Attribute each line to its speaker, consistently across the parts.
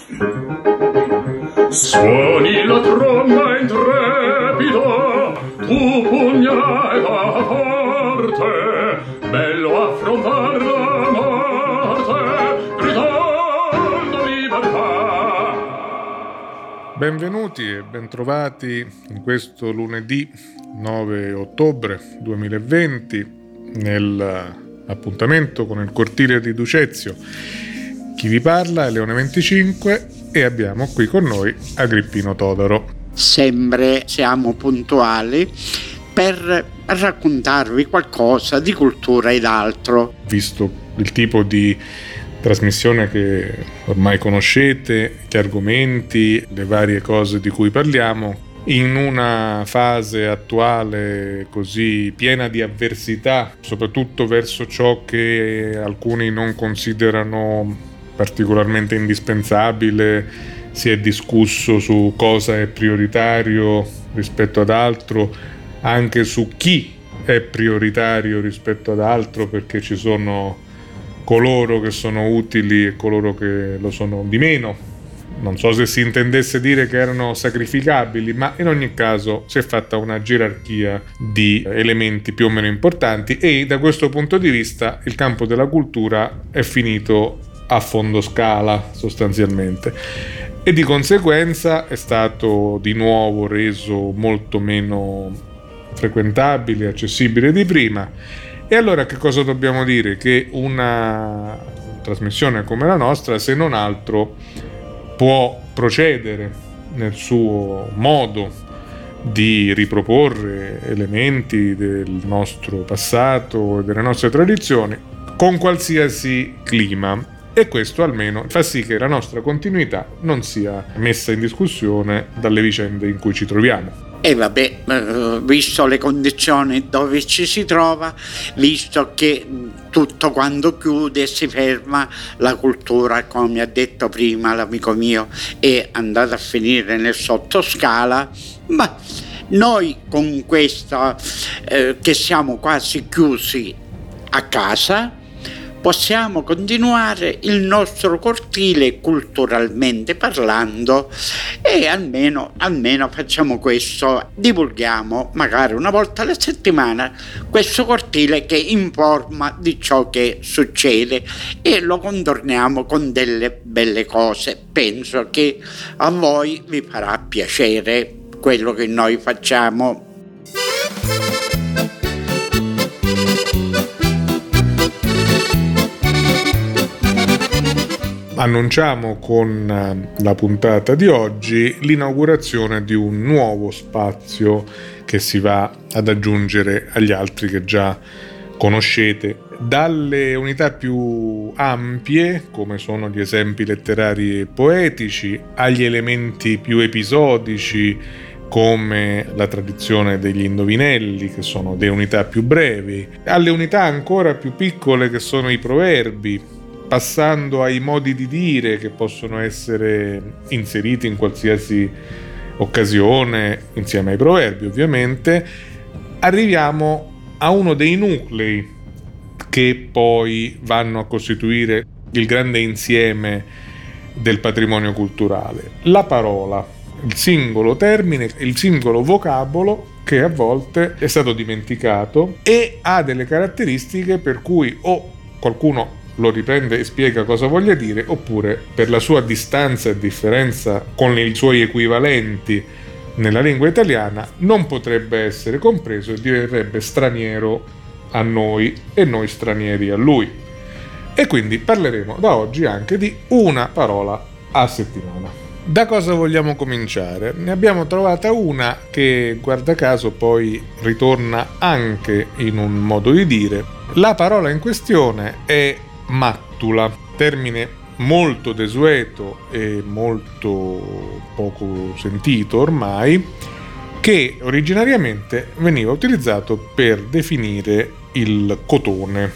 Speaker 1: Suoni la tromba intrepida, tu pugnalata forte, bello affrontar la morte, gridando libertà.
Speaker 2: Benvenuti e bentrovati in questo lunedì 9 ottobre 2020 nell'appuntamento con il cortile di Ducezio. Chi vi parla è Leone 25 e abbiamo qui con noi Agrippino Todaro.
Speaker 3: Sempre siamo puntuali per raccontarvi qualcosa di cultura ed altro.
Speaker 2: Visto il tipo di trasmissione che ormai conoscete, gli argomenti, le varie cose di cui parliamo, in una fase attuale così piena di avversità, soprattutto verso ciò che alcuni non considerano particolarmente indispensabile, si è discusso su cosa è prioritario rispetto ad altro, anche su chi è prioritario rispetto ad altro, perché ci sono coloro che sono utili e coloro che lo sono di meno. Non so se si intendesse dire che erano sacrificabili, ma in ogni caso si è fatta una gerarchia di elementi più o meno importanti e da questo punto di vista il campo della cultura è finito a fondo scala sostanzialmente e di conseguenza è stato di nuovo reso molto meno frequentabile, accessibile di prima. E allora che cosa dobbiamo dire? Che una trasmissione come la nostra, se non altro, può procedere nel suo modo di riproporre elementi del nostro passato e delle nostre tradizioni con qualsiasi clima. E questo almeno fa sì che la nostra continuità non sia messa in discussione dalle vicende in cui ci troviamo.
Speaker 3: E vabbè, visto le condizioni dove ci si trova, visto che tutto quando chiude e si ferma, la cultura, come ha detto prima l'amico mio, è andata a finire nel sottoscala, ma noi con questo che siamo quasi chiusi a casa, possiamo continuare il nostro cortile culturalmente parlando e almeno facciamo questo, divulghiamo magari una volta alla settimana questo cortile che informa di ciò che succede e lo contorniamo con delle belle cose. Penso che a voi vi farà piacere quello che noi facciamo.
Speaker 2: Annunciamo con la puntata di oggi l'inaugurazione di un nuovo spazio che si va ad aggiungere agli altri che già conoscete, dalle unità più ampie, come sono gli esempi letterari e poetici, agli elementi più episodici, come la tradizione degli indovinelli, che sono delle unità più brevi, alle unità ancora più piccole, che sono i proverbi, passando ai modi di dire che possono essere inseriti in qualsiasi occasione insieme ai proverbi, ovviamente. Arriviamo a uno dei nuclei che poi vanno a costituire il grande insieme del patrimonio culturale: la parola, il singolo termine, il singolo vocabolo che a volte è stato dimenticato e ha delle caratteristiche per cui o qualcuno lo riprende e spiega cosa voglia dire, oppure per la sua distanza e differenza con i suoi equivalenti nella lingua italiana non potrebbe essere compreso e diverrebbe straniero a noi e noi stranieri a lui. E quindi parleremo da oggi anche di una parola a settimana. Da cosa vogliamo cominciare? Ne abbiamo trovata una che, guarda caso, poi ritorna anche in un modo di dire. La parola in questione è mattula, termine molto desueto e molto poco sentito ormai, che originariamente veniva utilizzato per definire il cotone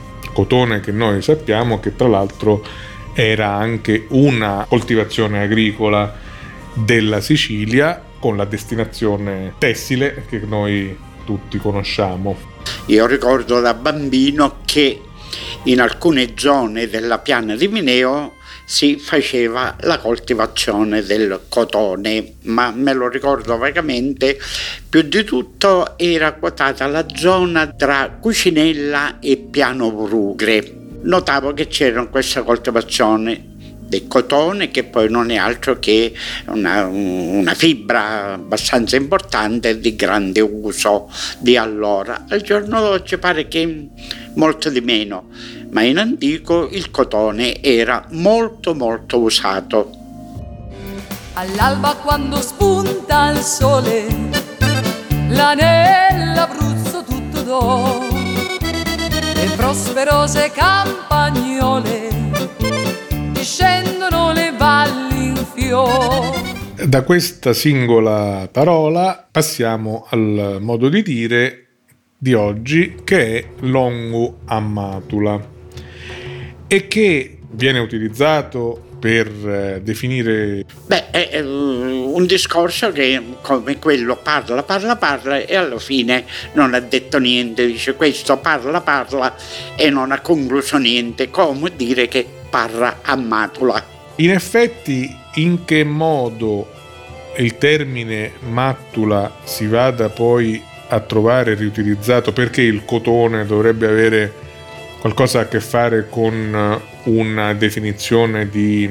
Speaker 2: che noi sappiamo che tra l'altro era anche una coltivazione agricola della Sicilia con la destinazione tessile che noi tutti conosciamo.
Speaker 3: Io ricordo da bambino che in alcune zone della piana di Mineo si faceva la coltivazione del cotone, ma me lo ricordo vagamente. Più di tutto era quotata la zona tra Cucinella e Piano Brugre. Notavo che c'era questa coltivazione del cotone, che poi non è altro che una fibra abbastanza importante e di grande uso di allora. Al giorno d'oggi pare che molto di meno, ma in antico il cotone era molto molto usato.
Speaker 4: All'alba quando spunta il sole, là nell'Abruzzo tutto do, le prosperose campagnole scendono le valli in fior.
Speaker 2: Da questa singola parola passiamo al modo di dire di oggi, che è longo ammatula, e che viene utilizzato per definire...
Speaker 3: È un discorso che come quello parla e alla fine non ha detto niente, dice questo parla e non ha concluso niente, come dire che parla ammatula.
Speaker 2: In effetti, in che modo il termine mattula si vada poi a trovare riutilizzato, perché il cotone dovrebbe avere qualcosa a che fare con una definizione di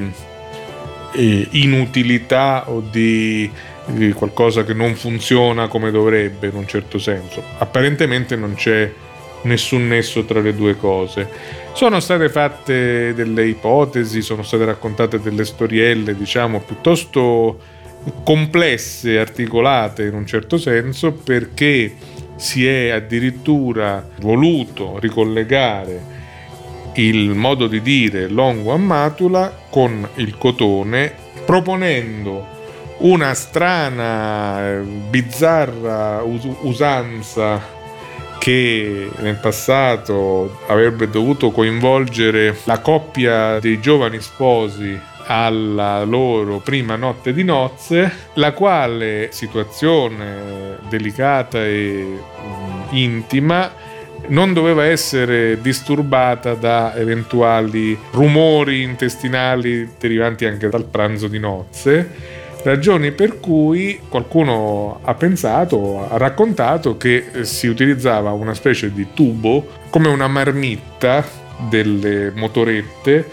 Speaker 2: inutilità o di qualcosa che non funziona come dovrebbe, in un certo senso. Apparentemente non c'è nessun nesso tra le due cose. Sono state fatte delle ipotesi, sono state raccontate delle storielle, diciamo, piuttosto complesse, articolate in un certo senso, perché si è addirittura voluto ricollegare il modo di dire longo ammatula con il cotone, proponendo una strana, bizzarra usanza che nel passato avrebbe dovuto coinvolgere la coppia dei giovani sposi alla loro prima notte di nozze, la quale situazione delicata e intima non doveva essere disturbata da eventuali rumori intestinali derivanti anche dal pranzo di nozze, ragioni per cui qualcuno ha pensato, ha raccontato che si utilizzava una specie di tubo come una marmitta delle motorette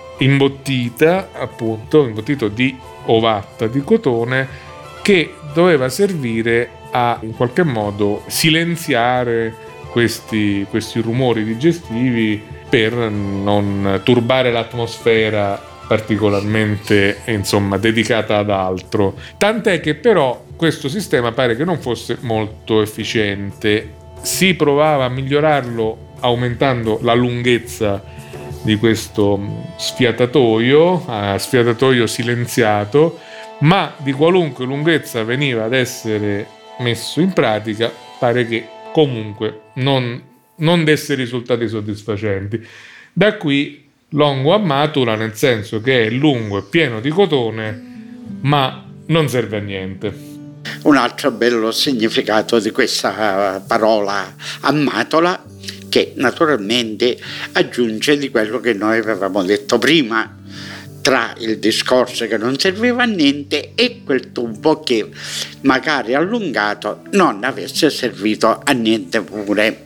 Speaker 2: imbottito di ovatta di cotone, che doveva servire a in qualche modo silenziare questi rumori digestivi per non turbare l'atmosfera particolarmente, insomma, dedicata ad altro. Tant'è che però questo sistema pare che non fosse molto efficiente. Si provava a migliorarlo aumentando la lunghezza di questo sfiatatoio silenziato, ma di qualunque lunghezza veniva ad essere messo in pratica, pare che comunque non desse risultati soddisfacenti. Da qui longo ammatula, nel senso che è lungo e pieno di cotone, ma non serve a niente.
Speaker 3: Un altro bello significato di questa parola ammatola, che naturalmente aggiunge di quello che noi avevamo detto prima, tra il discorso che non serviva a niente e quel tubo che magari allungato non avesse servito a niente pure.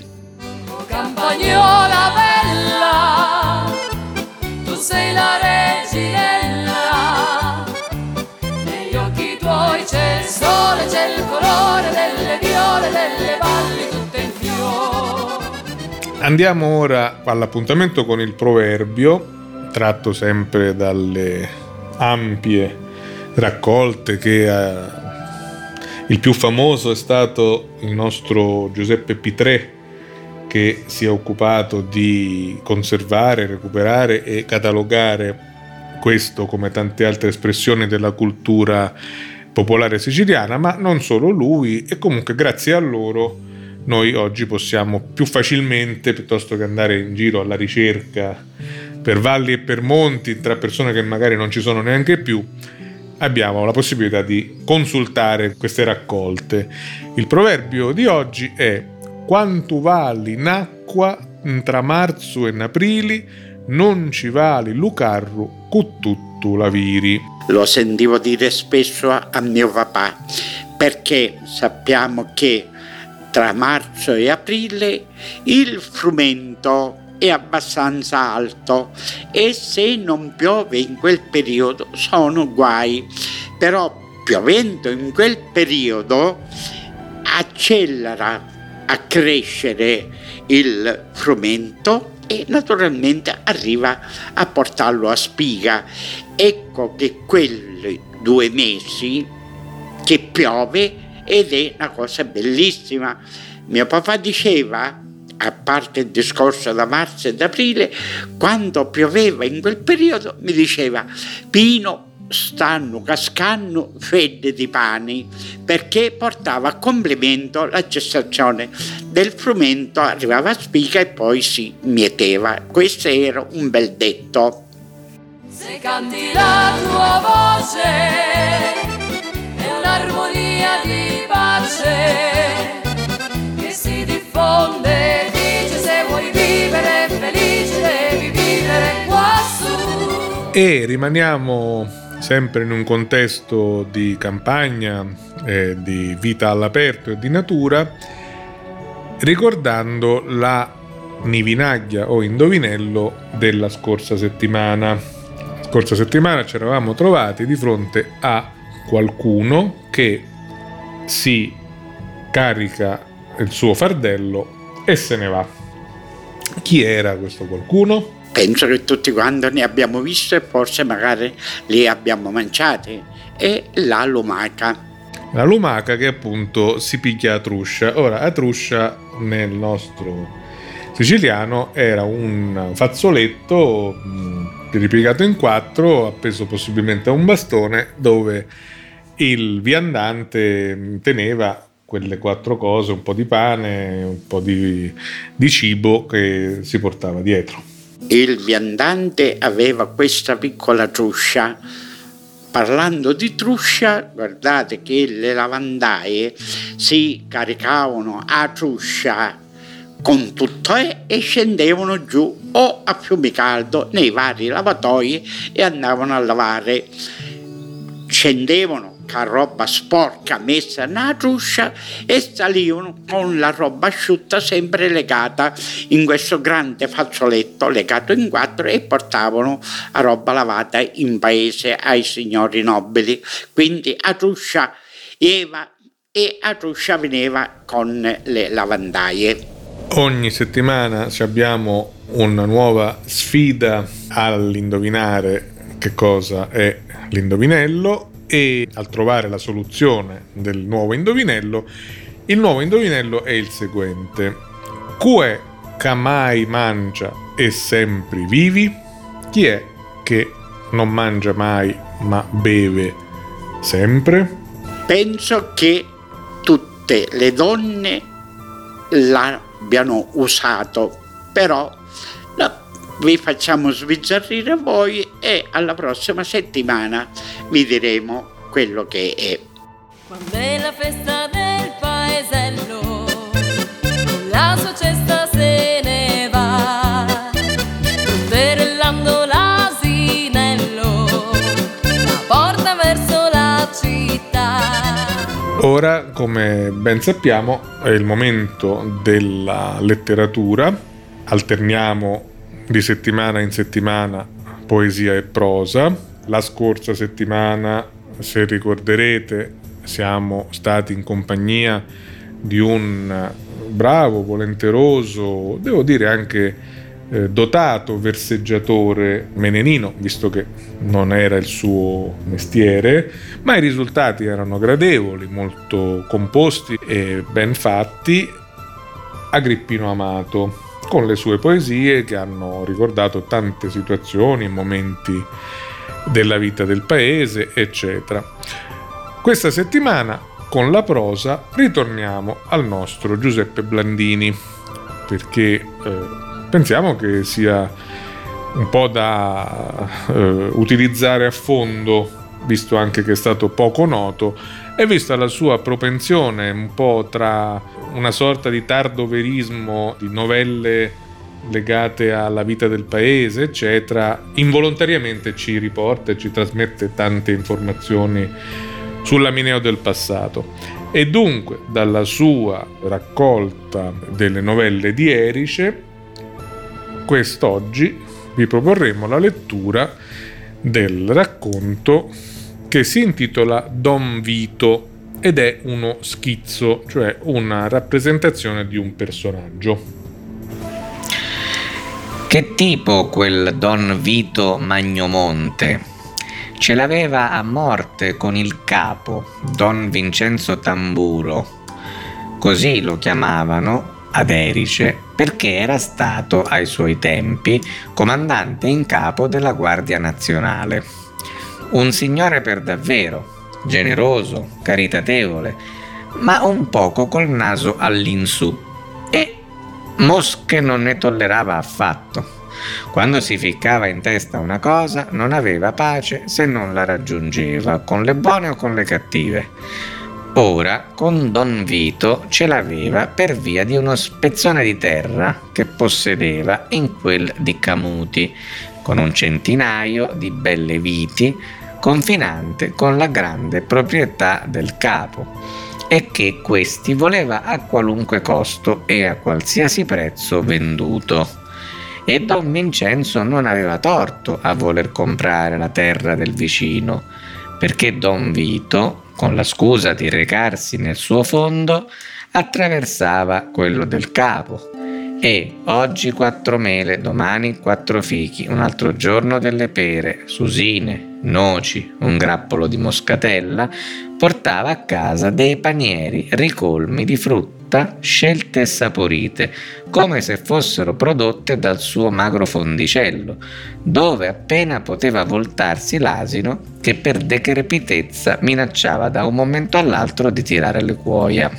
Speaker 4: Campagnola bella, tu sei la reginella, negli occhi tuoi c'è il sole, c'è il colore delle viole, delle valli tutte in fiore.
Speaker 2: Andiamo ora all'appuntamento con il proverbio, tratto sempre dalle ampie raccolte che il più famoso è stato il nostro Giuseppe Pitrè, che si è occupato di conservare, recuperare e catalogare questo, come tante altre espressioni della cultura popolare siciliana, ma non solo lui, e comunque grazie a loro noi oggi possiamo più facilmente, piuttosto che andare in giro alla ricerca per valli e per monti tra persone che magari non ci sono neanche più, abbiamo la possibilità di consultare queste raccolte. Il proverbio di oggi è: quanto vali n'acqua tra marzo e aprile, non ci vali Lucarru cu la viri.
Speaker 3: Lo sentivo dire spesso a mio papà, perché sappiamo che tra marzo e aprile il frumento è abbastanza alto e se non piove in quel periodo sono guai, però piovendo in quel periodo accelera a crescere il frumento e naturalmente arriva a portarlo a spiga. Ecco che quelli 2 mesi che piove ed è una cosa bellissima. Mio papà diceva, a parte il discorso da marzo ed aprile, quando pioveva in quel periodo mi diceva: Pino, stanno cascando fette di pani, perché portava a compimento la gestazione del frumento, arrivava a spiga e poi si mieteva. Questo era un bel detto.
Speaker 4: Se canti la tua voce è un'armonia di pace che si diffonde, dice: se vuoi vivere felice devi vivere quassù.
Speaker 2: E rimaniamo sempre in un contesto di campagna, di vita all'aperto e di natura, ricordando la nivinaglia o indovinello della scorsa settimana. La scorsa settimana ci eravamo trovati di fronte a qualcuno che si carica il suo fardello e se ne va. Chi era questo qualcuno?
Speaker 3: Penso che tutti quanti ne abbiamo visto e forse magari li abbiamo mangiati. È la lumaca.
Speaker 2: La lumaca che appunto si picchia a truscia. Ora, a truscia nel nostro siciliano era un fazzoletto ripiegato in 4, appeso possibilmente a un bastone, dove il viandante teneva quelle 4 cose, un po' di pane, un po' di cibo che si portava dietro.
Speaker 3: Il viandante aveva questa piccola truscia. Parlando di truscia, guardate che le lavandaie si caricavano a truscia con tutto e scendevano giù o a Fiumicaldo nei vari lavatoi e andavano a lavare. Scendevano con roba sporca messa nella truscia e salivano con la roba asciutta sempre legata in questo grande fazzoletto legato in 4 e portavano la roba lavata in paese ai signori nobili. Quindi a truscia veniva con le lavandaie.
Speaker 2: Ogni settimana abbiamo una nuova sfida all'indovinare che cosa è l'indovinello, e al trovare la soluzione del nuovo indovinello, il nuovo indovinello è il seguente: Qu'è che mai mangia e sempre vivi? Chi è che non mangia mai ma beve sempre?
Speaker 3: Penso che tutte le donne l'abbiano usato, però vi facciamo sbizzarrire voi e alla prossima settimana vi diremo quello che è.
Speaker 4: Quando è la festa del paesello, con la sua cesta se ne va, punterellando l'asinello, la porta verso la città.
Speaker 2: Ora, come ben sappiamo, è il momento della letteratura. Alterniamo di settimana in settimana poesia e prosa. La scorsa settimana, se ricorderete, siamo stati in compagnia di un bravo, volenteroso, devo dire anche dotato verseggiatore menenino, visto che non era il suo mestiere, ma i risultati erano gradevoli, molto composti e ben fatti. Agrippino Amato, con le sue poesie che hanno ricordato tante situazioni e momenti della vita del paese, eccetera. Questa settimana, con la prosa, ritorniamo al nostro Giuseppe Blandini, perché pensiamo che sia un po' da utilizzare a fondo, visto anche che è stato poco noto e vista la sua propensione un po' tra una sorta di tardoverismo di novelle legate alla vita del paese, eccetera, involontariamente ci riporta e ci trasmette tante informazioni sulla Mineo del passato. E dunque, dalla sua raccolta delle novelle di Erice, quest'oggi vi proporremo la lettura del racconto che si intitola Don Vito ed è uno schizzo, cioè una rappresentazione di un personaggio.
Speaker 5: Che tipo quel Don Vito Magnomonte? Ce l'aveva a morte con il capo, Don Vincenzo Tamburo. Così lo chiamavano ad Erice perché era stato ai suoi tempi comandante in capo della Guardia Nazionale. Un signore per davvero, generoso, caritatevole, ma un poco col naso all'insù, e mosche non ne tollerava affatto. Quando si ficcava in testa una cosa non aveva pace se non la raggiungeva, con le buone o con le cattive. Ora con Don Vito ce l'aveva per via di uno spezzone di terra che possedeva in quel di Camuti, con un centinaio di belle viti, confinante con la grande proprietà del capo, e che questi voleva a qualunque costo e a qualsiasi prezzo venduto. E Don Vincenzo non aveva torto a voler comprare la terra del vicino, perché Don Vito, con la scusa di recarsi nel suo fondo, attraversava quello del capo, e oggi 4 mele, domani 4 fichi, un altro giorno delle pere, susine, noci, un grappolo di moscatella, portava a casa dei panieri ricolmi di frutta scelte e saporite, come se fossero prodotte dal suo magro fondicello, dove appena poteva voltarsi l'asino che per decrepitezza minacciava da un momento all'altro di tirare le cuoia.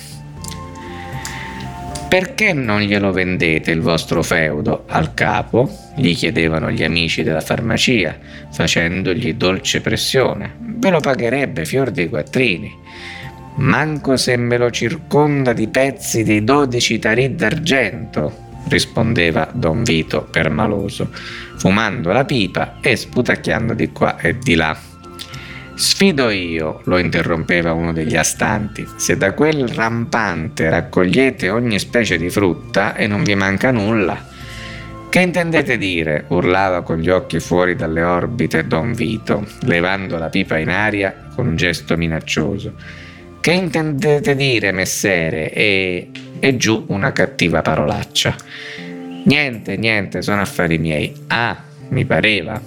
Speaker 5: «Perché non glielo vendete il vostro feudo al capo?» gli chiedevano gli amici della farmacia, facendogli dolce pressione. «Ve lo pagherebbe fior di quattrini. Manco se me lo circonda di pezzi di 12 tarì d'argento», rispondeva Don Vito permaloso, fumando la pipa e sputacchiando di qua e di là. «Sfido io», lo interrompeva uno degli astanti, «se da quel rampante raccogliete ogni specie di frutta e non vi manca nulla». «Che intendete dire?» urlava con gli occhi fuori dalle orbite Don Vito, levando la pipa in aria con un gesto minaccioso. «Che intendete dire, messere?» E giù una cattiva parolaccia. Niente, sono affari miei». «Ah, mi pareva».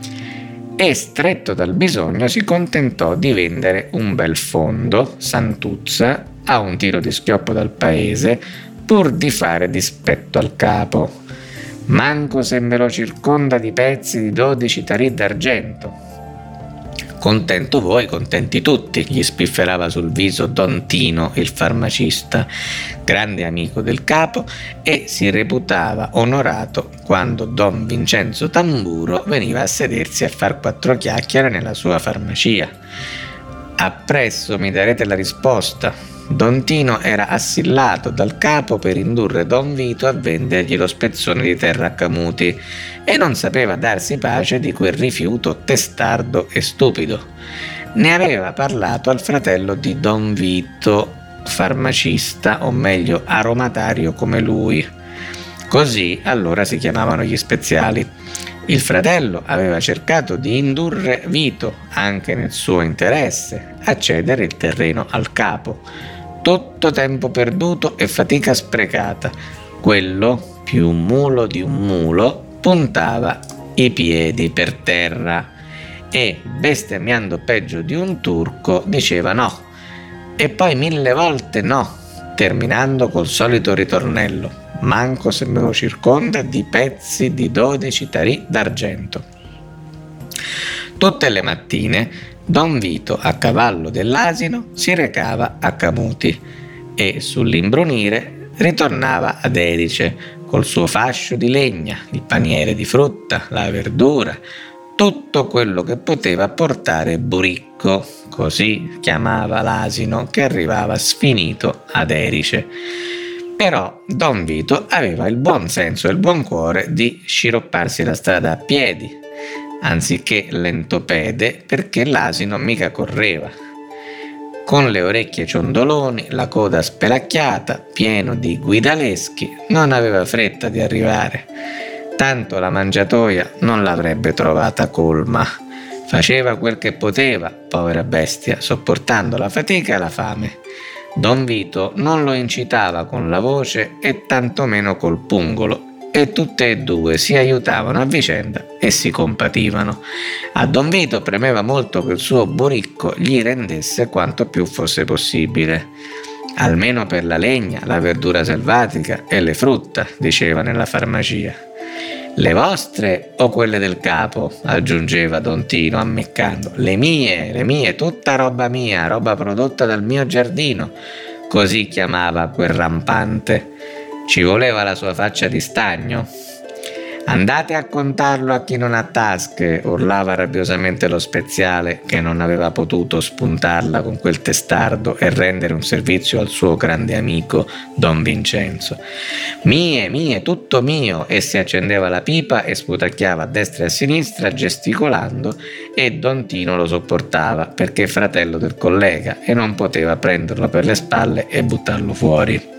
Speaker 5: E stretto dal bisogno si contentò di vendere un bel fondo, Santuzza, a un tiro di schioppo dal paese, pur di fare dispetto al capo. «Manco se me lo circonda di pezzi di 12 tarì d'argento». «Contento voi, contenti tutti», gli spifferava sul viso Don Tino, il farmacista, grande amico del capo, e si reputava onorato quando Don Vincenzo Tamburo veniva a sedersi a far 4 chiacchiere nella sua farmacia. «Appresso mi darete la risposta». Don Tino era assillato dal capo per indurre Don Vito a vendergli lo spezzone di terra a Camuti, e non sapeva darsi pace di quel rifiuto testardo e stupido. Ne aveva parlato al fratello di Don Vito, farmacista, o meglio aromatario come lui. Così allora si chiamavano gli speziali. Il fratello aveva cercato di indurre Vito, anche nel suo interesse, a cedere il terreno al capo. Tutto tempo perduto e fatica sprecata. Quello, più un mulo di un mulo, puntava i piedi per terra e, bestemmiando peggio di un turco, diceva no, e poi 1000 volte no, terminando col solito ritornello: «Manco se me lo circonda di pezzi di 12 tarì d'argento». Tutte le mattine Don Vito, a cavallo dell'asino, si recava a Camuti e, sull'imbrunire, ritornava ad Erice col suo fascio di legna, il paniere di frutta, la verdura, tutto quello che poteva portare Buricco, così chiamava l'asino che arrivava sfinito ad Erice. Però Don Vito aveva il buon senso e il buon cuore di sciropparsi la strada a piedi, anziché lentopede, perché l'asino mica correva. Con le orecchie ciondoloni, la coda spelacchiata, pieno di guidaleschi, non aveva fretta di arrivare. Tanto la mangiatoia non l'avrebbe trovata colma. Faceva quel che poteva, povera bestia, sopportando la fatica e la fame. Don Vito non lo incitava con la voce e tantomeno col pungolo, e tutte e due si aiutavano a vicenda e si compativano. A Don Vito premeva molto che il suo buricco gli rendesse quanto più fosse possibile. Almeno per la legna, la verdura selvatica e le frutta, diceva nella farmacia. Le vostre o quelle del capo? Aggiungeva Don Tino ammiccando. Le mie, tutta roba mia, roba prodotta dal mio giardino, così chiamava quel rampante. Ci voleva la sua faccia di stagno. Andate a contarlo a chi non ha tasche, urlava rabbiosamente lo speziale, che non aveva potuto spuntarla con quel testardo e rendere un servizio al suo grande amico Don Vincenzo. Mie, tutto mio, e si accendeva la pipa e sputacchiava a destra e a sinistra gesticolando, e Don Tino lo sopportava perché è fratello del collega e non poteva prenderlo per le spalle e buttarlo fuori.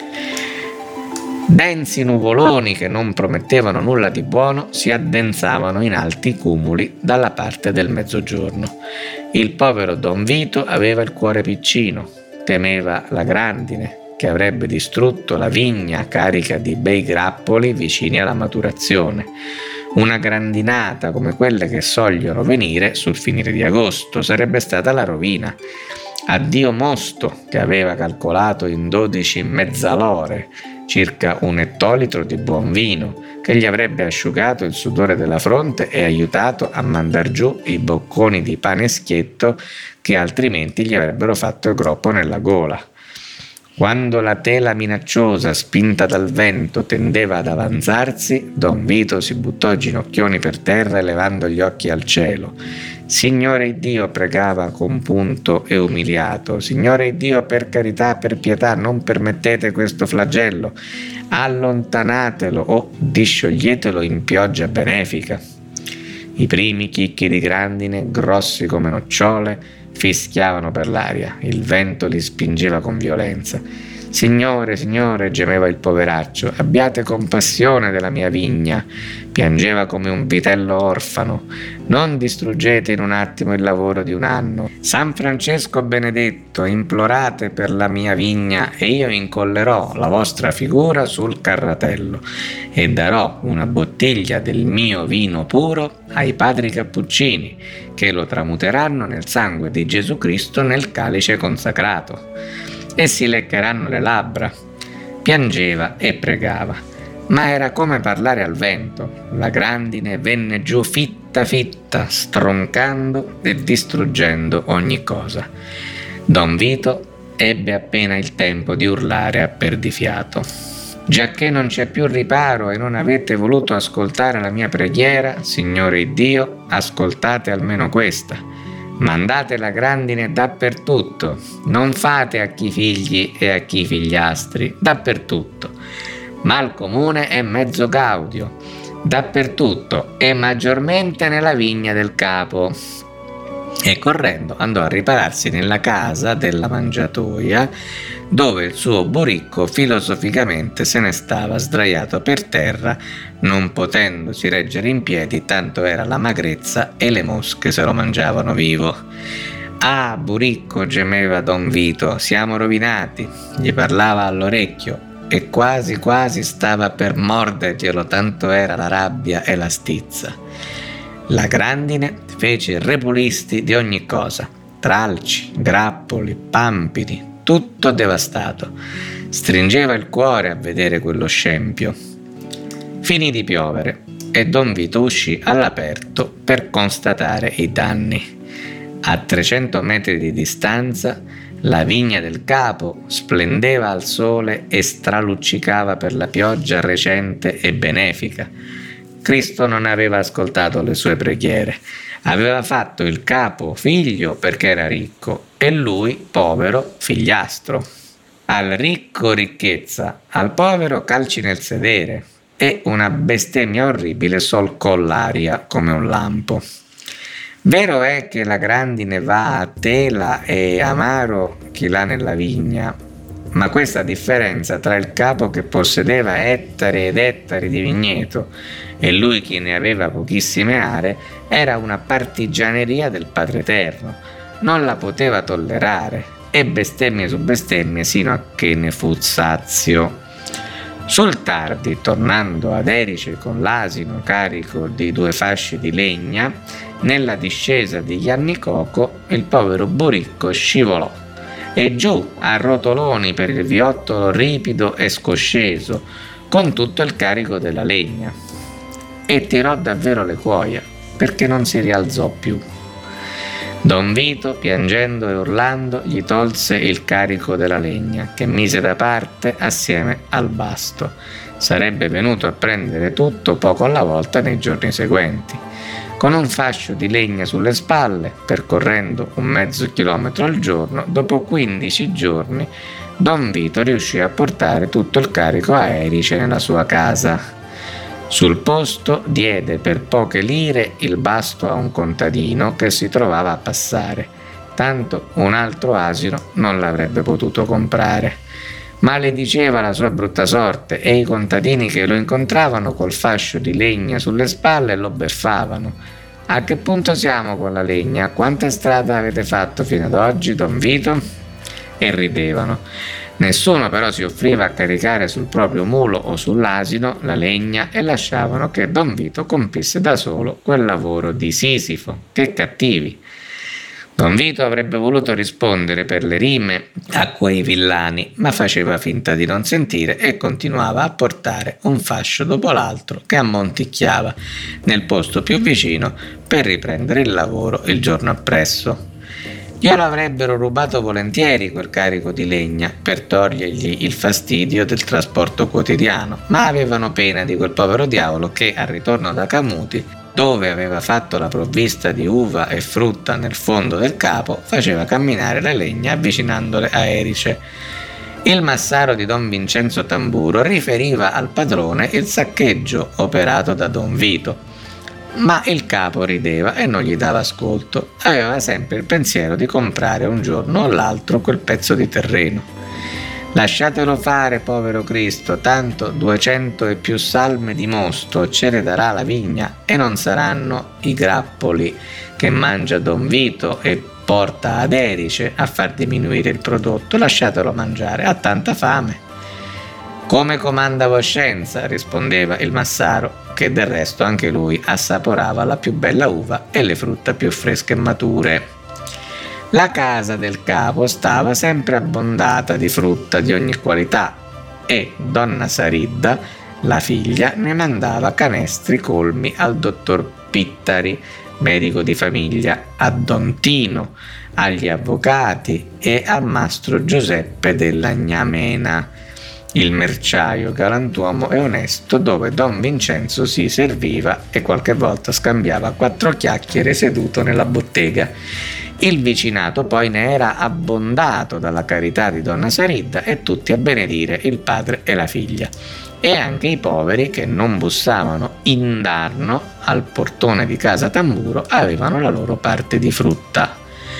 Speaker 5: Densi nuvoloni che non promettevano nulla di buono si addensavano in alti cumuli dalla parte del mezzogiorno. Il povero Don Vito aveva il cuore piccino, temeva la grandine che avrebbe distrutto la vigna carica di bei grappoli vicini alla maturazione. Una grandinata come quelle che sogliono venire sul finire di agosto sarebbe stata la rovina. Addio mosto, che aveva calcolato in 12 mezzalore, circa 1 ettolitro di buon vino, che gli avrebbe asciugato il sudore della fronte e aiutato a mandar giù i bocconi di pane schietto che altrimenti gli avrebbero fatto il groppo nella gola. Quando la tela minacciosa, spinta dal vento, tendeva ad avanzarsi, Don Vito si buttò ginocchioni per terra elevando gli occhi al cielo. Signore Iddio, pregava compunto e umiliato, Signore Iddio, per carità, per pietà, non permettete questo flagello, allontanatelo o discioglietelo in pioggia benefica. I primi chicchi di grandine, grossi come nocciole, fischiavano per l'aria, il vento li spingeva con violenza. Signore, Signore, gemeva il poveraccio, abbiate compassione della mia vigna, piangeva come un vitello orfano, non distruggete in un attimo il lavoro di un anno. San Francesco benedetto, implorate per la mia vigna e io incollerò la vostra figura sul carratello e darò una bottiglia del mio vino puro ai padri cappuccini, che lo tramuteranno nel sangue di Gesù Cristo nel calice consacrato. E si leccheranno le labbra. Piangeva e pregava, ma era come parlare al vento. La grandine venne giù fitta, stroncando e distruggendo ogni cosa. Don Vito ebbe appena il tempo di urlare a perdifiato. Giacché non c'è più riparo e non avete voluto ascoltare la mia preghiera, Signore Iddio, ascoltate almeno questa. Mandate la grandine dappertutto, non fate a chi figli e a chi figliastri, dappertutto. Mal comune è mezzo gaudio, dappertutto e maggiormente nella vigna del capo. E correndo andò a ripararsi nella casa della mangiatoia, dove il suo buricco filosoficamente se ne stava sdraiato per terra, non potendosi reggere in piedi, tanto era la magrezza e le mosche se lo mangiavano vivo. Ah, buricco, gemeva Don Vito, siamo rovinati, gli parlava all'orecchio e quasi stava per morderglielo, tanto era la rabbia e la stizza. La grandine fece repulisti di ogni cosa, tralci, grappoli, pampini, tutto devastato. Stringeva il cuore a vedere quello scempio. Finì di piovere e Don Vito uscì all'aperto per constatare i danni. A 300 metri di distanza la vigna del capo splendeva al sole e straluccicava per la pioggia recente e benefica. Cristo non aveva ascoltato le sue preghiere. Aveva fatto il capo figlio perché era ricco e lui, povero, figliastro. al ricco ricchezza, al povero calci nel sedere e una bestemmia orribile solcò l'aria come un lampo. Vero è che la grandine va a tela e amaro chi l'ha nella vigna, ma questa differenza tra il capo che possedeva ettari ed ettari di vigneto e lui che ne aveva pochissime aree era una partigianeria del Padre Eterno. Non la poteva tollerare e bestemmie su bestemmie sino a che ne fu sazio. Sul tardi, tornando ad Erice con l'asino carico di 2 fasci di legna, nella discesa di Iannicoco il povero Buricco scivolò e giù a rotoloni per il viottolo ripido e scosceso con tutto il carico della legna e tirò davvero le cuoia perché non si rialzò più. Don Vito, piangendo e urlando, gli tolse il carico della legna che mise da parte assieme al basto. Sarebbe venuto a prendere tutto poco alla volta nei giorni seguenti. Con un fascio di legna sulle spalle, percorrendo un mezzo chilometro al giorno, dopo 15 giorni, Don Vito riuscì a portare tutto il carico a Erice nella sua casa. Sul posto diede per poche lire il basto a un contadino che si trovava a passare, tanto un altro asino non l'avrebbe potuto comprare. Malediceva la sua brutta sorte e i contadini che lo incontravano col fascio di legna sulle spalle lo beffavano. A che punto siamo con la legna? Quanta strada avete fatto fino ad oggi, Don Vito? E ridevano. Nessuno però si offriva a caricare sul proprio mulo o sull'asino la legna e lasciavano che Don Vito compisse da solo quel lavoro di Sisifo. Che cattivi! Don Vito avrebbe voluto rispondere per le rime a quei villani, ma faceva finta di non sentire e continuava a portare un fascio dopo l'altro che ammonticchiava nel posto più vicino per riprendere il lavoro il giorno appresso. Glielo avrebbero rubato volentieri quel carico di legna per togliergli il fastidio del trasporto quotidiano, ma avevano pena di quel povero diavolo che, al ritorno da Camuti, dove aveva fatto la provvista di uva e frutta nel fondo del capo, faceva camminare la legna avvicinandole a Erice. Il massaro di Don Vincenzo Tamburo riferiva al padrone il saccheggio operato da Don Vito, ma il capo rideva e non gli dava ascolto. Aveva sempre il pensiero di comprare un giorno o l'altro quel pezzo di terreno. Lasciatelo fare, povero Cristo, tanto 200 e più salme di mosto ce le darà la vigna e non saranno i grappoli che mangia Don Vito e porta ad Erice a far diminuire il prodotto. Lasciatelo mangiare, ha tanta fame. Come comanda voscenza, rispondeva il massaro, che del resto anche lui assaporava la più bella uva e le frutta più fresche e mature. La casa del capo stava sempre abbondata di frutta di ogni qualità e donna Saridda, la figlia, ne mandava canestri colmi al dottor Pittari, medico di famiglia, a Don Tino, agli avvocati e a Mastro Giuseppe della Gnamena, il merciaio galantuomo e onesto dove Don Vincenzo si serviva e qualche volta scambiava 4 chiacchiere seduto nella bottega. Il vicinato poi ne era abbondato dalla carità di donna Saridda e tutti a benedire il padre e la figlia, e anche i poveri che non bussavano indarno al portone di casa Tamburo avevano la loro parte di frutta.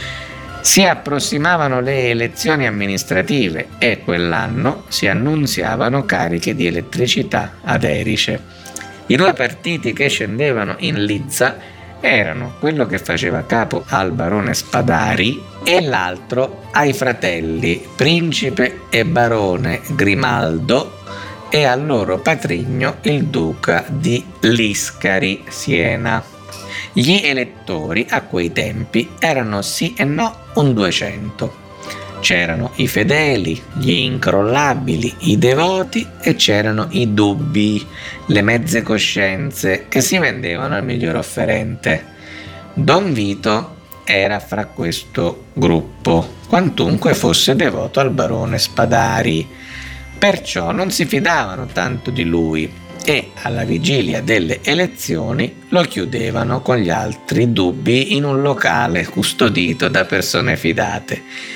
Speaker 5: Si approssimavano le elezioni amministrative e quell'anno si annunziavano cariche di elettricità ad Erice. I 2 partiti che scendevano in lizza erano quello che faceva capo al barone Spadari e l'altro ai fratelli principe e barone Grimaldo e al loro patrigno il duca di Liscari, Siena. Gli elettori a quei tempi erano sì e no un 200. C'erano i fedeli, gli incrollabili, i devoti e c'erano i dubbi, le mezze coscienze che si vendevano al miglior offerente. Don Vito era fra questo gruppo, quantunque fosse devoto al barone Spadari, perciò non si fidavano tanto di lui e alla vigilia delle elezioni lo chiudevano con gli altri dubbi in un locale custodito da persone fidate.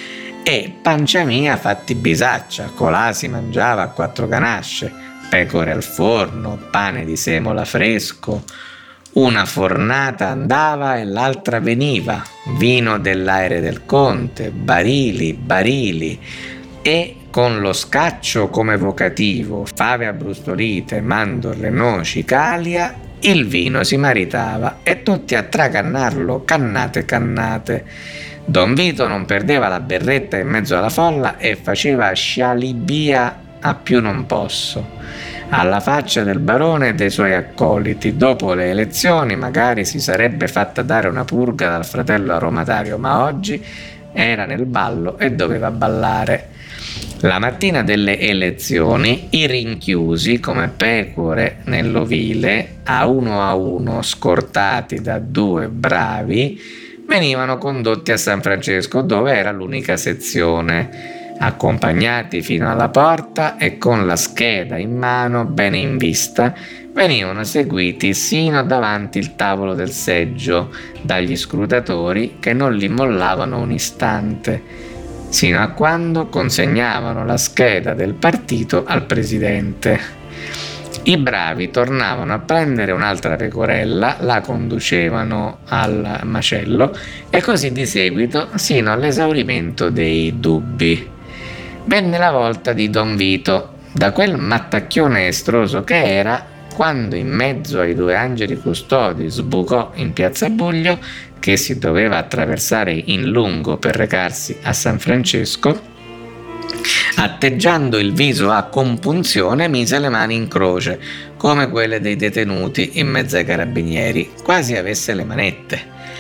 Speaker 5: e pancia mia fatti bisaccia, colà si mangiava a 4 ganasce, pecore al forno, pane di semola fresco, una fornata andava e l'altra veniva, vino dell'aere del conte, barili, e con lo scaccio come vocativo, fave abbrustolite, mandorle, noci, calia, il vino si maritava e tutti a tracannarlo cannate. Don Vito non perdeva la berretta in mezzo alla folla e faceva scialibia a più non posso, alla faccia del barone e dei suoi accoliti. Dopo le elezioni magari si sarebbe fatta dare una purga dal fratello aromatario, ma oggi era nel ballo e doveva ballare. La mattina delle elezioni i rinchiusi come pecore nell'ovile, a uno scortati da 2 bravi, venivano condotti a San Francesco, dove era l'unica sezione, accompagnati fino alla porta e con la scheda in mano bene in vista venivano seguiti sino davanti il tavolo del seggio dagli scrutatori che non li mollavano un istante, sino a quando consegnavano la scheda del partito al presidente. I bravi tornavano a prendere un'altra pecorella, la conducevano al macello e così di seguito sino all'esaurimento dei dubbi. Venne la volta di Don Vito, da quel mattacchione estroso che era, quando in mezzo ai 2 angeli custodi sbucò in piazza Buglio, che si doveva attraversare in lungo per recarsi a San Francesco, atteggiando il viso a compunzione mise le mani in croce, come quelle dei detenuti in mezzo ai carabinieri, quasi avesse le manette.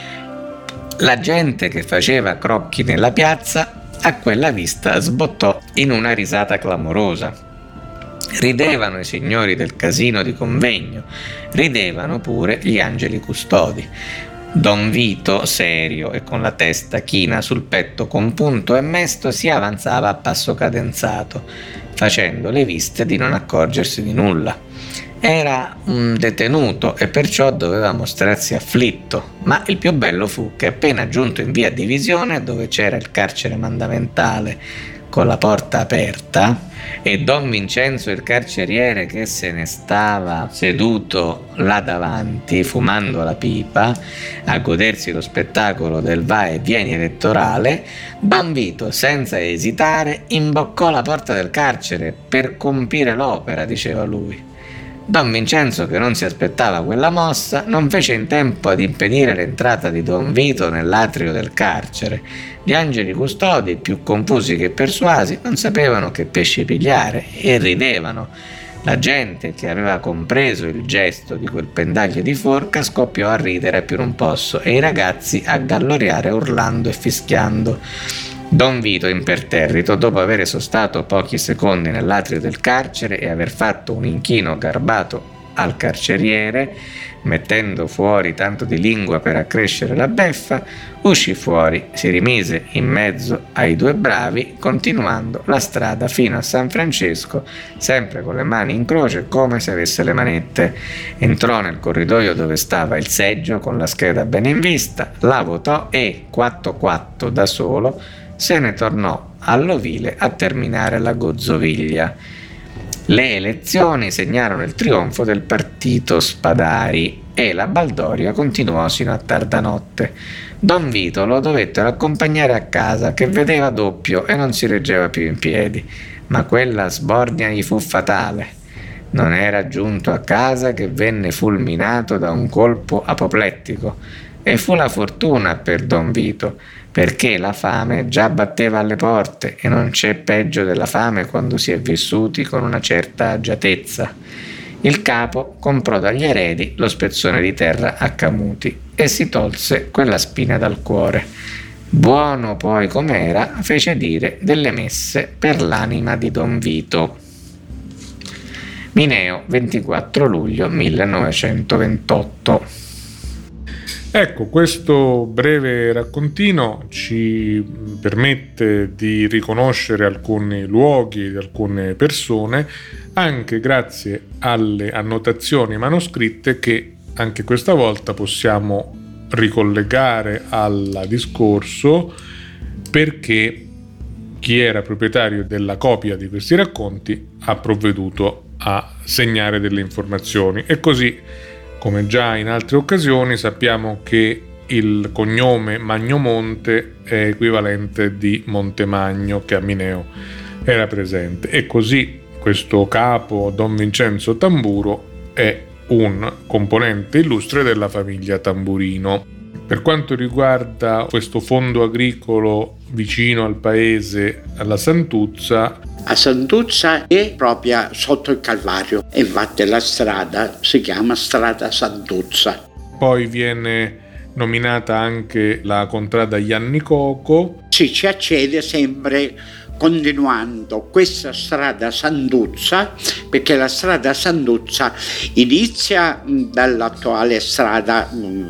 Speaker 5: La gente che faceva crocchi nella piazza a quella vista sbottò in una risata clamorosa. Ridevano i signori del casino di convegno, ridevano pure gli angeli custodi. Don Vito, serio e con la testa china sul petto compunto e mesto, si avanzava a passo cadenzato, facendo le viste di non accorgersi di nulla. Era un detenuto e perciò doveva mostrarsi afflitto, ma il più bello fu che appena giunto in via Divisione, dove c'era il carcere mandamentale con la porta aperta, e Don Vincenzo il carceriere che se ne stava seduto là davanti fumando la pipa a godersi lo spettacolo del va e vieni elettorale, Don Vito senza esitare imboccò la porta del carcere per compire l'opera, diceva lui. Don Vincenzo, che non si aspettava quella mossa, non fece in tempo ad impedire l'entrata di Don Vito nell'atrio del carcere. Gli angeli custodi, più confusi che persuasi, non sapevano che pesci pigliare e ridevano. La gente, che aveva compreso il gesto di quel pendaglio di forca, scoppiò a ridere a più non posso e i ragazzi a galloriare urlando e fischiando. Don Vito, imperterrito, dopo aver sostato pochi secondi nell'atrio del carcere e aver fatto un inchino garbato al carceriere, mettendo fuori tanto di lingua per accrescere la beffa, uscì fuori, si rimise in mezzo ai 2 bravi, continuando la strada fino a San Francesco, sempre con le mani in croce come se avesse le manette. Entrò nel corridoio dove stava il seggio con la scheda ben in vista, la votò e, 4-4 da solo, se ne tornò all'ovile a terminare la gozzoviglia. Le elezioni segnarono il trionfo del partito Spadari e la baldoria continuò sino a tarda notte. Don Vito lo dovettero accompagnare a casa, che vedeva doppio e non si reggeva più in piedi, ma quella sbornia gli fu fatale. Non era giunto a casa che venne fulminato da un colpo apoplettico, e fu la fortuna per Don Vito, perché la fame già batteva alle porte e non c'è peggio della fame quando si è vissuti con una certa agiatezza. Il capo comprò dagli eredi lo spezzone di terra a Camuti e si tolse quella spina dal cuore. Buono poi com'era, fece dire delle messe per l'anima di Don Vito. Mineo, 24 luglio 1928.
Speaker 2: Ecco, questo breve raccontino ci permette di riconoscere alcuni luoghi di alcune persone anche grazie alle annotazioni manoscritte che anche questa volta possiamo ricollegare al discorso, perché chi era proprietario della copia di questi racconti ha provveduto a segnare delle informazioni, e così, come già in altre occasioni, sappiamo che il cognome Magnomonte è equivalente di Montemagno, che a Mineo era presente, e così questo capo Don Vincenzo Tamburo è un componente illustre della famiglia Tamburino. Per quanto riguarda questo fondo agricolo vicino al paese, alla Santuzza,
Speaker 3: a Santuzza è proprio sotto il Calvario, e infatti la strada si chiama strada Santuzza.
Speaker 2: Poi viene nominata anche la contrada Iannicoco.
Speaker 3: Sì, ci accede sempre continuando questa strada Santuzza, perché la strada Santuzza inizia dall'attuale strada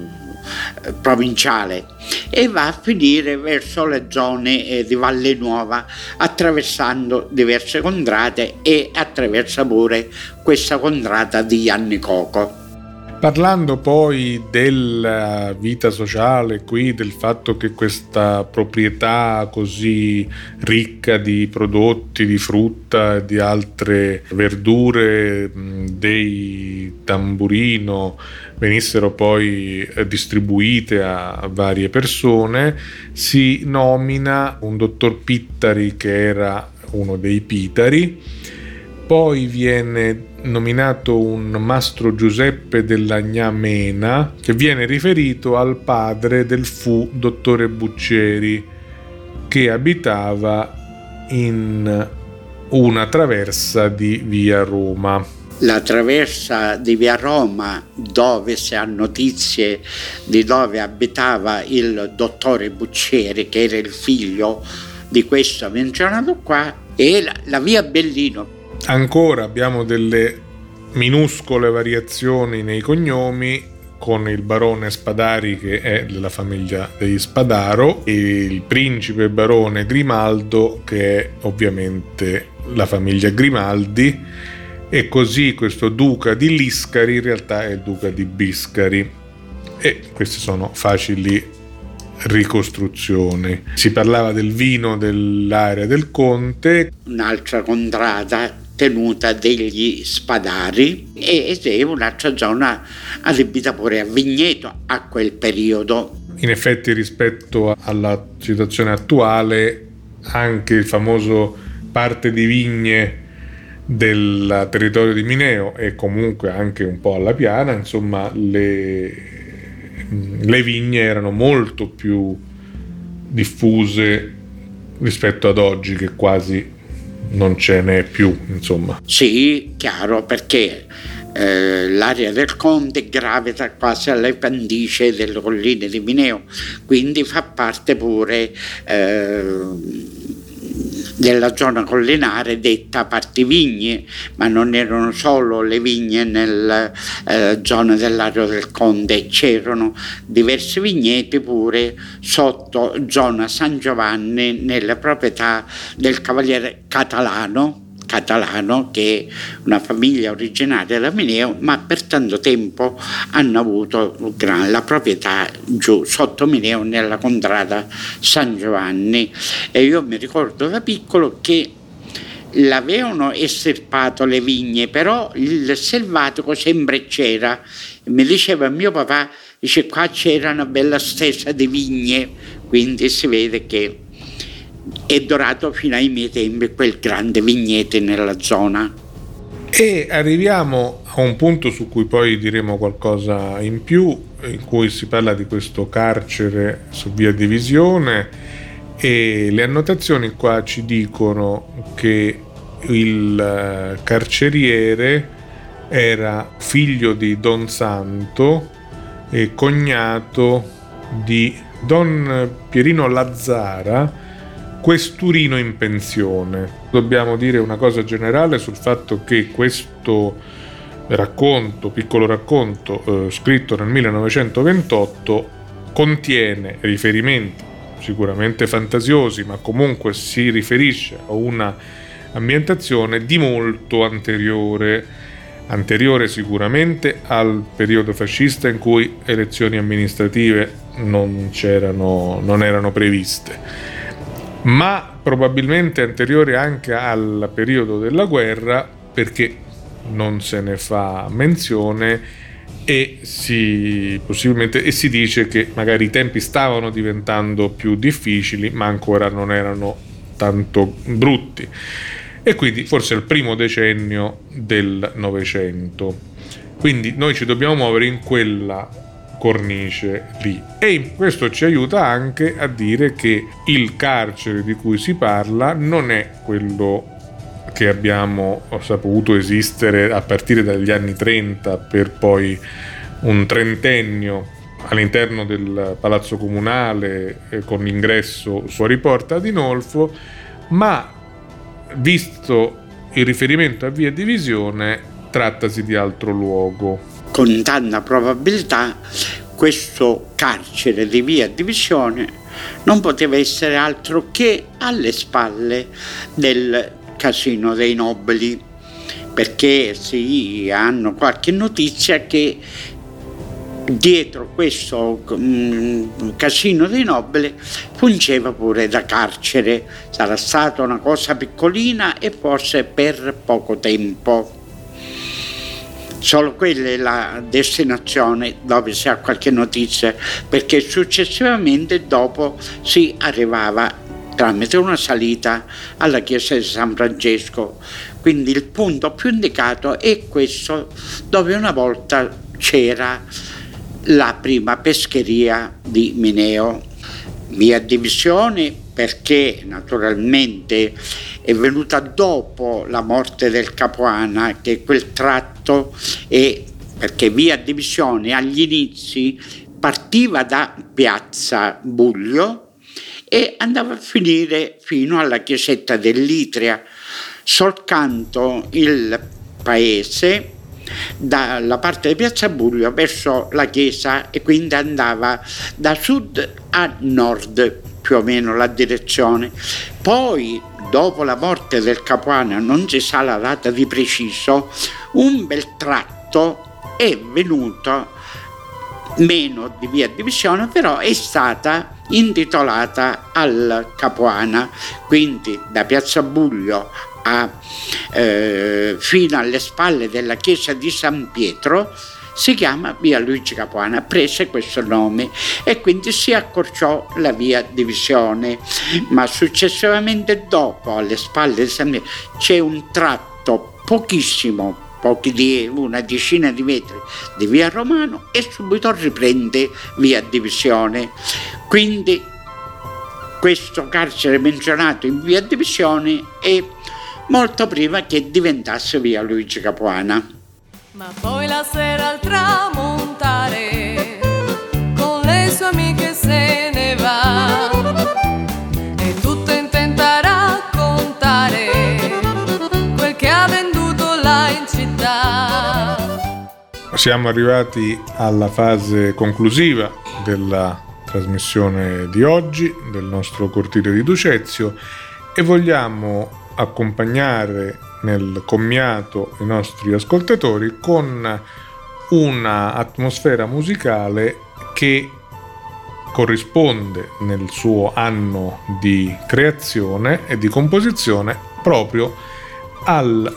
Speaker 3: provinciale e va a finire verso le zone di Valle Nuova, attraversando diverse contrade e attraversa pure questa contrada di Iannicoco.
Speaker 2: Parlando poi della vita sociale qui, del fatto che questa proprietà così ricca di prodotti, di frutta e di altre verdure dei Tamburino venissero poi distribuite a varie persone, si nomina un dottor Pittari, che era uno dei Pitari. Poi viene nominato un Mastro Giuseppe della Gnamena, che viene riferito al padre del fu dottore Buccieri, che abitava in una traversa di via Roma.
Speaker 3: La traversa di via Roma, dove si ha notizie di dove abitava il dottore Buccieri, che era il figlio di questo menzionato qua, è la via Bellino.
Speaker 2: Ancora abbiamo delle minuscole variazioni nei cognomi, con il barone Spadari, che è della famiglia degli Spadaro, e il principe barone Grimaldo, che è ovviamente la famiglia Grimaldi, e così questo duca di Liscari in realtà è il duca di Biscari, e queste sono facili ricostruzioni. Si parlava del vino dell'area del Conte,
Speaker 3: un'altra contrada tenuta degli Spadari, ed è un'altra zona adibita pure a vigneto a quel periodo.
Speaker 2: In effetti, rispetto alla situazione attuale, anche il famoso parte di vigne del territorio di Mineo, e comunque anche un po' alla Piana, insomma le vigne erano molto più diffuse rispetto ad oggi, che quasi non ce n'è più, insomma.
Speaker 3: Sì, chiaro, perché l'area del Conte gravita quasi alle pendici delle colline di Mineo, quindi fa parte pure della zona collinare detta Partivigne, ma non erano solo le vigne nella zona dell'area del Conte, c'erano diversi vigneti pure sotto zona San Giovanni, nelle proprietà del cavaliere Catalano, che è una famiglia originaria da Mineo, ma per tanto tempo hanno avuto la proprietà giù sotto Mineo nella contrada San Giovanni. E io mi ricordo da piccolo che l'avevano estirpato le vigne, però il selvatico sempre c'era. Mi diceva mio papà, dice, qua c'era una bella stesa di vigne, quindi si vede che è durato fino ai miei tempi quel grande vigneto nella zona.
Speaker 2: E arriviamo a un punto su cui poi diremo qualcosa in più, in cui si parla di questo carcere su via Divisione, e le annotazioni qua ci dicono che il carceriere era figlio di Don Santo e cognato di Don Pierino Lazzara, questurino in pensione. Dobbiamo dire una cosa generale sul fatto che questo racconto, piccolo racconto, scritto nel 1928, contiene riferimenti sicuramente fantasiosi, ma comunque si riferisce a una ambientazione di molto anteriore sicuramente al periodo fascista, in cui elezioni amministrative non erano previste. ma probabilmente anteriore anche al periodo della guerra, perché non se ne fa menzione e si dice che magari i tempi stavano diventando più difficili, ma ancora non erano tanto brutti, e quindi forse il primo decennio del Novecento. Quindi noi ci dobbiamo muovere in quella cornice lì, e questo ci aiuta anche a dire che il carcere di cui si parla non è quello che abbiamo saputo esistere a partire dagli anni 30 per poi un trentennio all'interno del Palazzo Comunale con l'ingresso fuori porta di Nolfo, ma visto il riferimento a Via Divisione trattasi di altro luogo.
Speaker 3: Con tanta probabilità questo carcere di Via Divisione non poteva essere altro che alle spalle del Casino dei Nobili, perché si hanno qualche notizia che dietro questo Casino dei Nobili fungeva pure da carcere. Sarà stata una cosa piccolina e forse per poco tempo. Solo quella è la destinazione dove si ha qualche notizia, perché successivamente dopo si arrivava tramite una salita alla chiesa di San Francesco. Quindi il punto più indicato è questo, dove una volta c'era la prima pescheria di Mineo. Via Divisione perché naturalmente è venuta dopo la morte del Capuana, che quel tratto è perché Via Divisione agli inizi partiva da Piazza Buglio e andava a finire fino alla chiesetta dell'Itria. Soltanto il paese dalla parte di Piazza Buglio verso la chiesa, e quindi andava da sud a nord più o meno la direzione. Poi dopo la morte del Capuana, non si sa la data di preciso, un bel tratto è venuto meno di Via Divisione, però è stata intitolata al Capuana, quindi da Piazza Buglio fino alle spalle della chiesa di San Pietro si chiama Via Luigi Capuana, prese questo nome, e quindi si accorciò la Via Divisione. Ma successivamente dopo, alle spalle di San Pietro, c'è un tratto pochissimo, una decina di metri di Via Romano, e subito riprende Via Divisione. Quindi questo carcere menzionato in Via Divisione è molto prima che diventasse Via Luigi Capuana.
Speaker 4: Ma poi la sera al tramontare con le sue amiche se ne va, e tutto intenta raccontare quel che ha venduto là in città.
Speaker 2: Siamo arrivati alla fase conclusiva della trasmissione di oggi del nostro cortile di Ducezio, e vogliamo accompagnare nel commiato i nostri ascoltatori con una atmosfera musicale che corrisponde nel suo anno di creazione e di composizione proprio al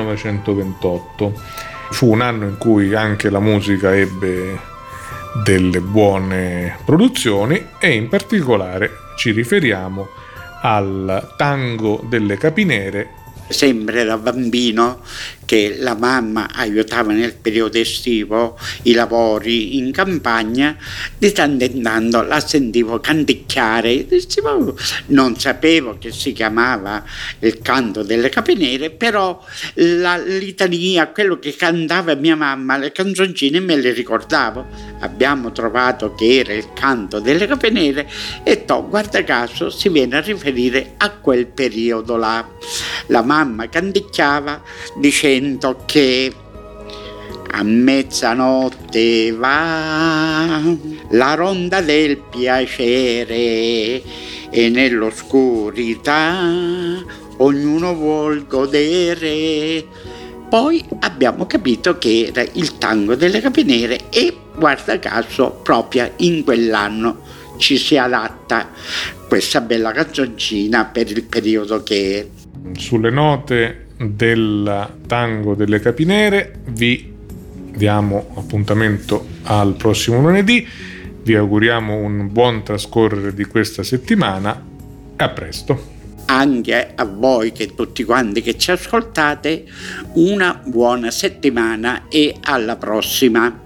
Speaker 2: 1928. Fu un anno in cui anche la musica ebbe delle buone produzioni, e in particolare ci riferiamo al Tango delle Capinere.
Speaker 3: Sempre da bambino che la mamma aiutava nel periodo estivo i lavori in campagna, di tanto in tanto la sentivo canticchiare. Non sapevo che si chiamava il canto delle capinere, però la litania, quello che cantava mia mamma, le canzoncine me le ricordavo. Abbiamo trovato che era il canto delle capinere e guarda caso si viene a riferire a quel periodo là. La mamma canticchiava dicendo che a mezzanotte va la ronda del piacere e nell'oscurità ognuno vuol godere. Poi abbiamo capito che era il tango delle capinere, e guarda caso proprio in quell'anno ci si adatta questa bella canzoncina per il periodo che è.
Speaker 2: Sulle note del tango delle Capinere vi diamo appuntamento al prossimo lunedì, vi auguriamo un buon trascorrere di questa settimana e a presto.
Speaker 3: Anche a voi, che tutti quanti che ci ascoltate, una buona settimana e alla prossima.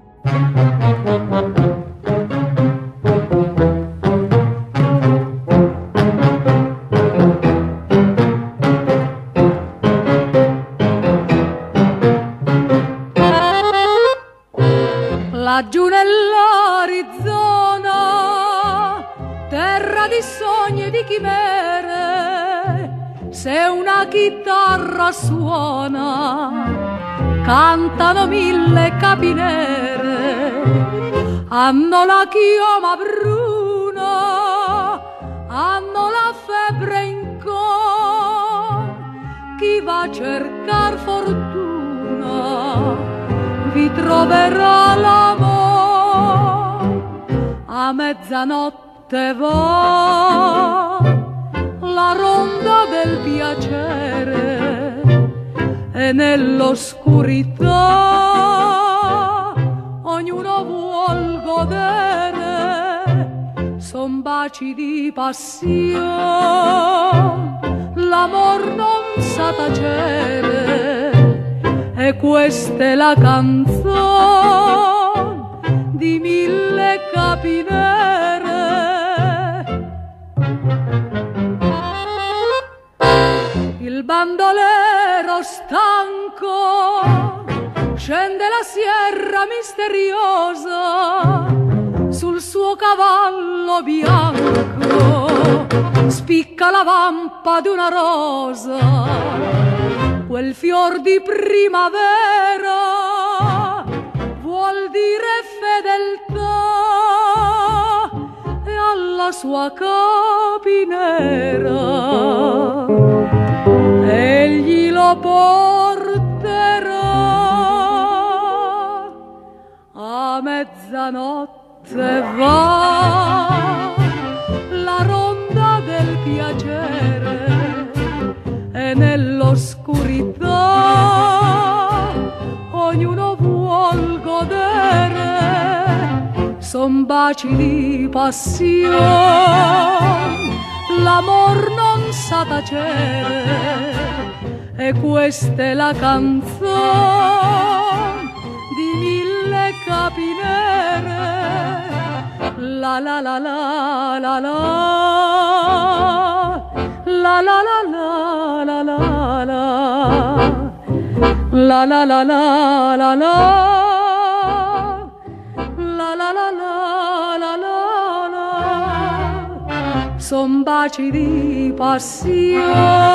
Speaker 6: Laggiù nell'Arizona, terra di sogni e di chimere, se una chitarra suona, cantano 1000 capinere, hanno la chioma bruna, hanno la febbre in cor, chi va a cercar fortuna vi troverà l'amor. A mezzanotte va la ronda del piacere e nell'oscurità ognuno vuol godere, son baci di passione, l'amor non sa tacere. E questa è la canzone di 1000 capinere. Il bandolero stanco scende la sierra misteriosa, sul suo cavallo bianco spicca la vampa di una rosa. Quel fior di primavera vuol dire fedeltà e alla sua capinera egli lo porterà. A mezzanotte va la ronda del piacere e nell'oscurità ognuno vuol godere, son baci di passione, l'amor non sa tacere. E questa è la canzone di 1000 capinere. La la la la la la, la la la la la la la, la la la la la la, la la la la la la. Son baci di passione,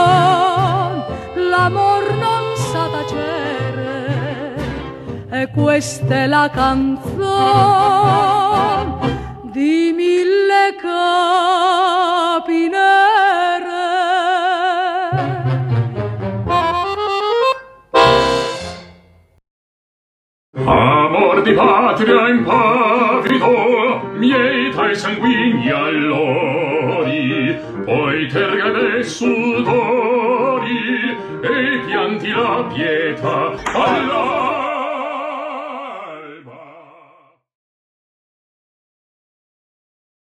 Speaker 6: l'amor non sa tacere. E questa è la canzone di 1000 capinere.
Speaker 1: Amor di patria impavido, mieta e sanguigni allori, poi terga e sudori, e pianti la pietà alla